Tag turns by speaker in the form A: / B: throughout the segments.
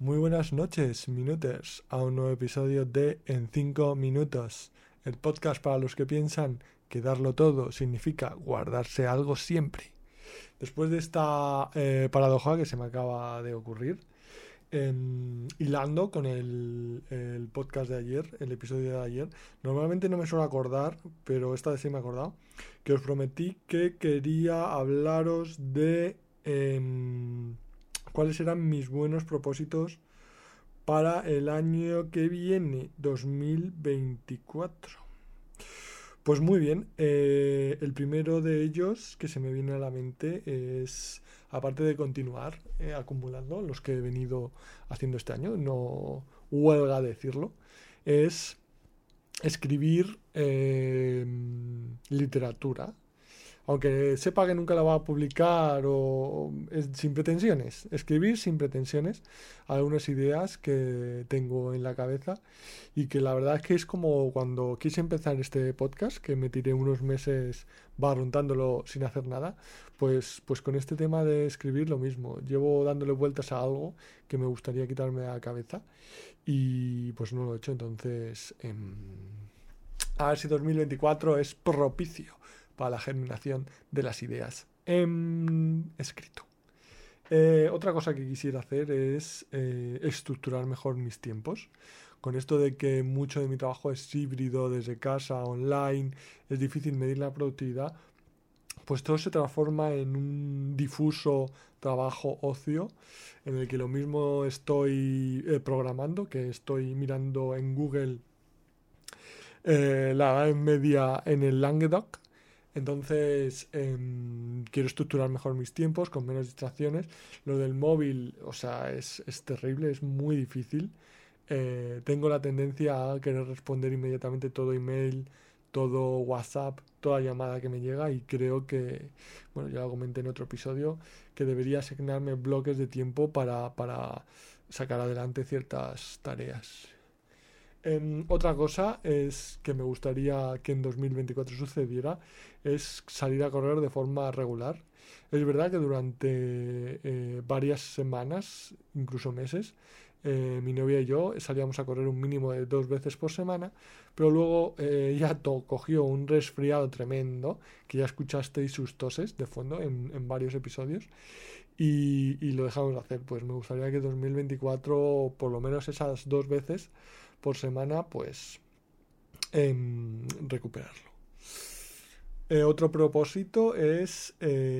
A: Muy buenas noches, minuters, a un nuevo episodio de En 5 minutos, el podcast para los que piensan que darlo todo significa guardarse algo siempre. Después de esta paradoja que se me acaba de ocurrir, hilando con el podcast de ayer, el episodio de ayer, normalmente no me suelo acordar, pero esta vez sí me he acordado, que os prometí que quería hablaros de cuáles eran mis buenos propósitos para el año que viene, 2024. Pues muy bien, el primero de ellos que se me viene a la mente es, aparte de continuar acumulando los que he venido haciendo este año, no huelga decirlo, es escribir literatura. Aunque sepa que nunca la va a publicar o sin pretensiones, escribir sin pretensiones algunas ideas que tengo en la cabeza y que la verdad es que es como cuando quise empezar este podcast, que me tiré unos meses barruntándolo sin hacer nada, pues con este tema de escribir lo mismo, llevo dándole vueltas a algo que me gustaría quitarme de la cabeza y pues no lo he hecho, entonces a ver si 2024 es propicio para la germinación de las ideas en escrito. Otra cosa que quisiera hacer es estructurar mejor mis tiempos. Con esto de que mucho de mi trabajo es híbrido, desde casa, online, es difícil medir la productividad, pues todo se transforma en un difuso trabajo ocio, en el que lo mismo estoy programando, que estoy mirando en Google la Edad Media en el Languedoc. Entonces quiero estructurar mejor mis tiempos con menos distracciones. Lo del móvil, o sea, es terrible, es muy difícil. Tengo la tendencia a querer responder inmediatamente todo email, todo WhatsApp, toda llamada que me llega, y creo que, bueno, ya lo comenté en otro episodio, que debería asignarme bloques de tiempo para sacar adelante ciertas tareas. Otra cosa es que me gustaría que en 2024 sucediera, es salir a correr de forma regular. Es verdad que durante varias semanas, incluso meses, mi novia y yo salíamos a correr un mínimo de 2 veces por semana, pero luego ella cogió un resfriado tremendo, que ya escuchasteis sus toses de fondo en varios episodios, y lo dejamos de hacer. Pues me gustaría que 2024, por lo menos esas 2 veces por semana, pues recuperarlo. Otro propósito es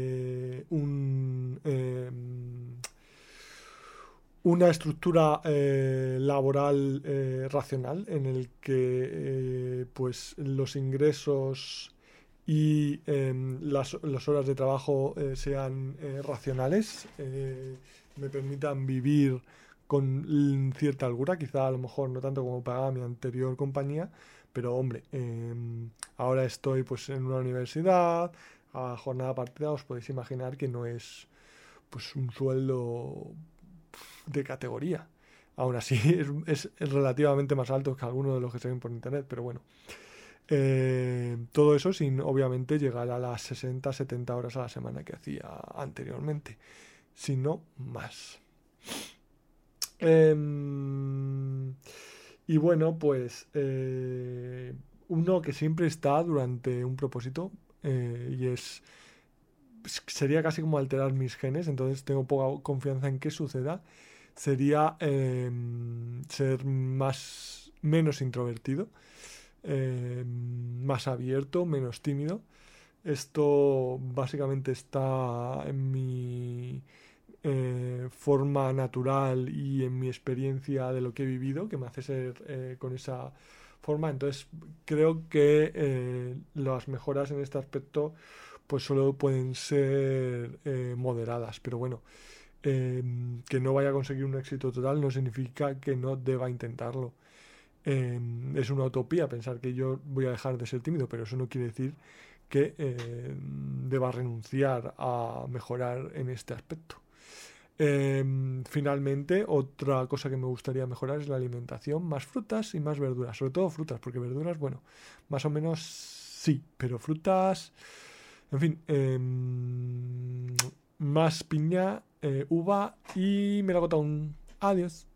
A: una estructura laboral racional, en el que pues los ingresos y las horas de trabajo sean racionales, me permitan vivir con cierta holgura, quizá a lo mejor no tanto como pagaba mi anterior compañía, pero hombre, ahora estoy pues en una universidad, a jornada partida, os podéis imaginar que no es pues un sueldo de categoría. Aún así es relativamente más alto que algunos de los que se ven por internet, pero bueno. Todo eso sin obviamente llegar a las 60-70 horas a la semana que hacía anteriormente, sino más. Y bueno, pues uno que siempre está durante un propósito, y sería casi como alterar mis genes, entonces tengo poca confianza en que suceda, sería ser menos introvertido, más abierto, menos tímido. Esto básicamente está en mi forma natural y en mi experiencia de lo que he vivido, que me hace ser con esa forma. Entonces creo que las mejoras en este aspecto pues solo pueden ser moderadas, pero bueno, que no vaya a conseguir un éxito total no significa que no deba intentarlo. Es una utopía pensar que yo voy a dejar de ser tímido, pero eso no quiere decir que deba renunciar a mejorar en este aspecto. Finalmente, otra cosa que me gustaría mejorar es la alimentación, más frutas y más verduras, sobre todo frutas, porque verduras, bueno, más o menos sí, pero frutas, en fin, más piña, uva y melocotón. Adiós.